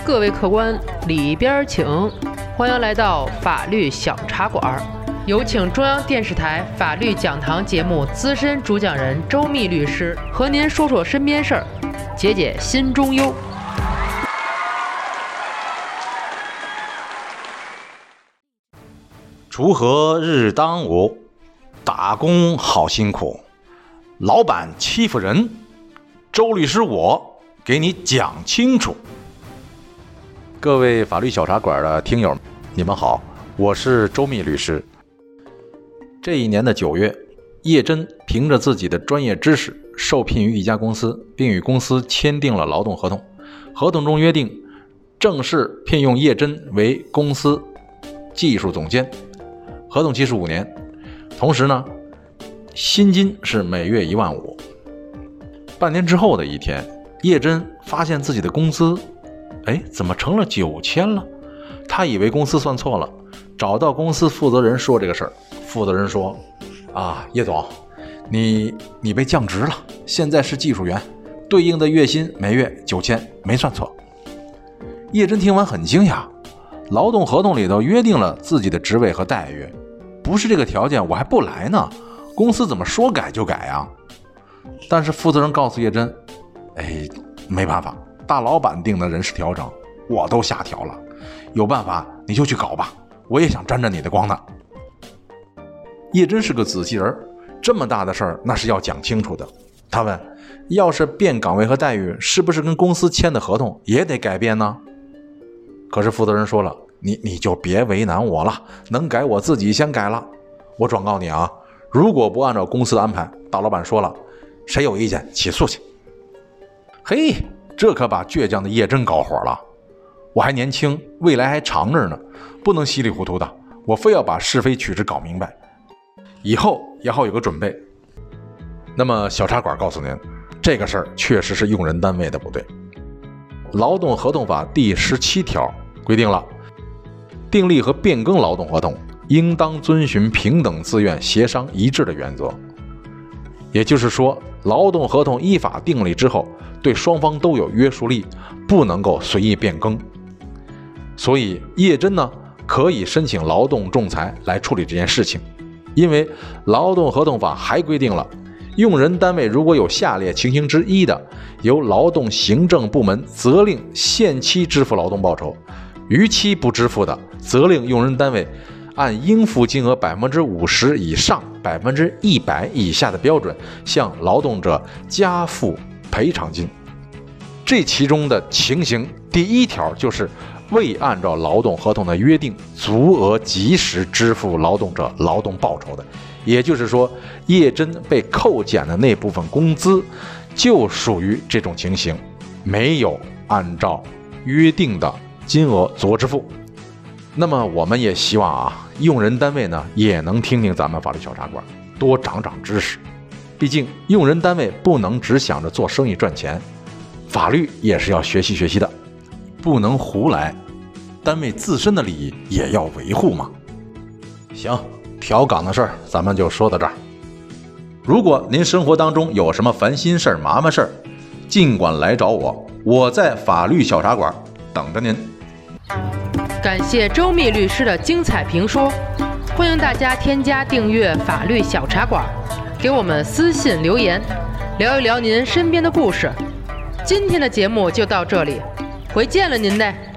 各位客官里边请，欢迎来到法律小茶馆。有请中央电视台法律讲堂节目资深主讲人周密律师和您说说身边事儿，解解心中忧。 锄禾日当午，打工好辛苦，老板欺负人，周律师我给你讲清楚。各位法律小茶馆的听友，你们好，我是周密律师。这一年的9月，叶真凭着自己的专业知识受聘于一家公司，并与公司签订了劳动合同。合同中约定，正式聘用叶真为公司技术总监，合同期是5年。同时呢，薪金是每月1万5。半年之后的一天，叶真发现自己的工资怎么成了9000了？他以为公司算错了，找到公司负责人说这个事儿。负责人说叶总，你被降职了，现在是技术员，对应的月薪每月9000，没算错。叶真听完很惊讶，劳动合同里头约定了自己的职位和待遇，不是这个条件我还不来呢，公司怎么说改就改啊？但是负责人告诉叶真，没办法，大老板定的人事调整我都下调了，有办法你就去搞吧，我也想沾着你的光呢。叶真是个仔细人，这么大的事儿那是要讲清楚的。他问，要是变岗位和待遇，是不是跟公司签的合同也得改变呢？可是负责人说了，你就别为难我了，能改我自己先改了。我转告你啊，如果不按照公司的安排，大老板说了，谁有意见起诉去。嘿，这可把倔强的叶真搞火了。我还年轻，未来还长着呢，不能稀里糊涂的，我非要把是非曲直搞明白，以后也好有个准备。那么小茶馆告诉您，这个事儿确实是用人单位的不对。劳动合同法第17条规定了，订立和变更劳动合同应当遵循平等自愿协商一致的原则。也就是说，劳动合同依法订立之后，对双方都有约束力，不能够随意变更。所以叶真呢，可以申请劳动仲裁来处理这件事情。因为劳动合同法还规定了，用人单位如果有下列情形之一的，由劳动行政部门责令限期支付劳动报酬，逾期不支付的，责令用人单位按应付金额50%以上100%以下的标准向劳动者加付赔偿金。这其中的情形，第1条就是未按照劳动合同的约定足额及时支付劳动者劳动报酬的，也就是说，叶真被扣减的那部分工资就属于这种情形，没有按照约定的金额足额支付。那么我们也希望用人单位呢也能听听咱们法律小茶馆，多长长知识。毕竟用人单位不能只想着做生意赚钱，法律也是要学习学习的，不能胡来，单位自身的利益也要维护嘛。行，调岗的事儿咱们就说到这儿。如果您生活当中有什么烦心事儿、麻烦事儿，尽管来找我，我在法律小茶馆等着您。 感谢周密律师的精彩评说，欢迎大家添加订阅法律小茶馆，给我们私信留言，聊一聊您身边的故事。今天的节目就到这里，回见了您嘞。